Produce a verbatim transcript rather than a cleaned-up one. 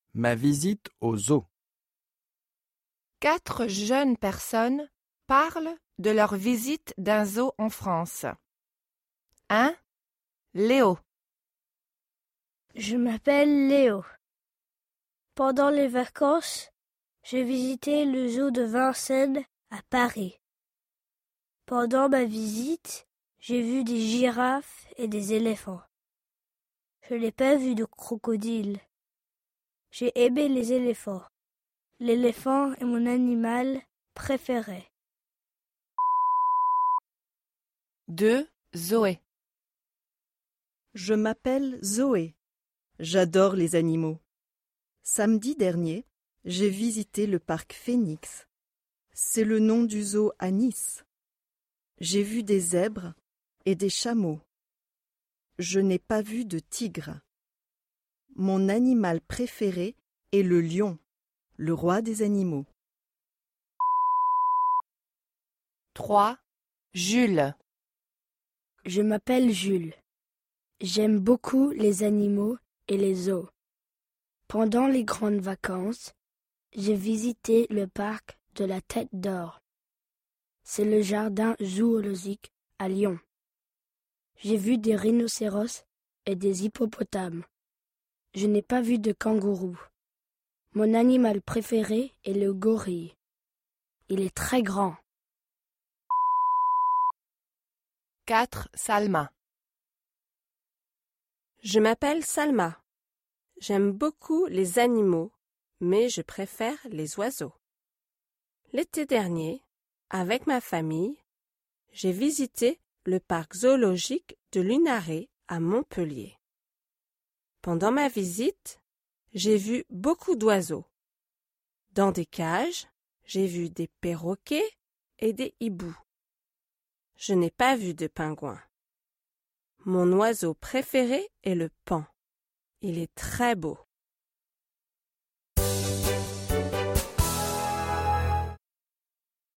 Ma visite au zoo. Quatre jeunes personnes parlent de leur visite d'un zoo en France. un. Léo. Je m'appelle Léo. Pendant les vacances, j'ai visité le zoo de Vincennes à Paris. Pendant ma visite, j'ai vu des girafes et des éléphants. Je n'ai pas vu de crocodile. J'ai aimé les éléphants. L'éléphant est mon animal préféré. deux. Zoé. Je m'appelle Zoé. J'adore les animaux. Samedi dernier, j'ai visité le parc Phoenix. C'est le nom du zoo à Nice. J'ai vu des zèbres et des chameaux. Je n'ai pas vu de tigre. Mon animal préféré est le lion, le roi des animaux. trois. Jules. Je m'appelle Jules. J'aime beaucoup les animaux et les zoos. Pendant les grandes vacances, j'ai visité le parc de la Tête d'Or. C'est le jardin zoologique à Lyon. J'ai vu des rhinocéros et des hippopotames. Je n'ai pas vu de kangourou. Mon animal préféré est le gorille. Il est très grand. quatre. Salma. Je m'appelle Salma. J'aime beaucoup les animaux, mais je préfère les oiseaux. L'été dernier, avec ma famille, j'ai visité le parc zoologique de Lunaret à Montpellier. Pendant ma visite, j'ai vu beaucoup d'oiseaux. Dans des cages, j'ai vu des perroquets et des hiboux. Je n'ai pas vu de pingouins. Mon oiseau préféré est le paon. Il est très beau.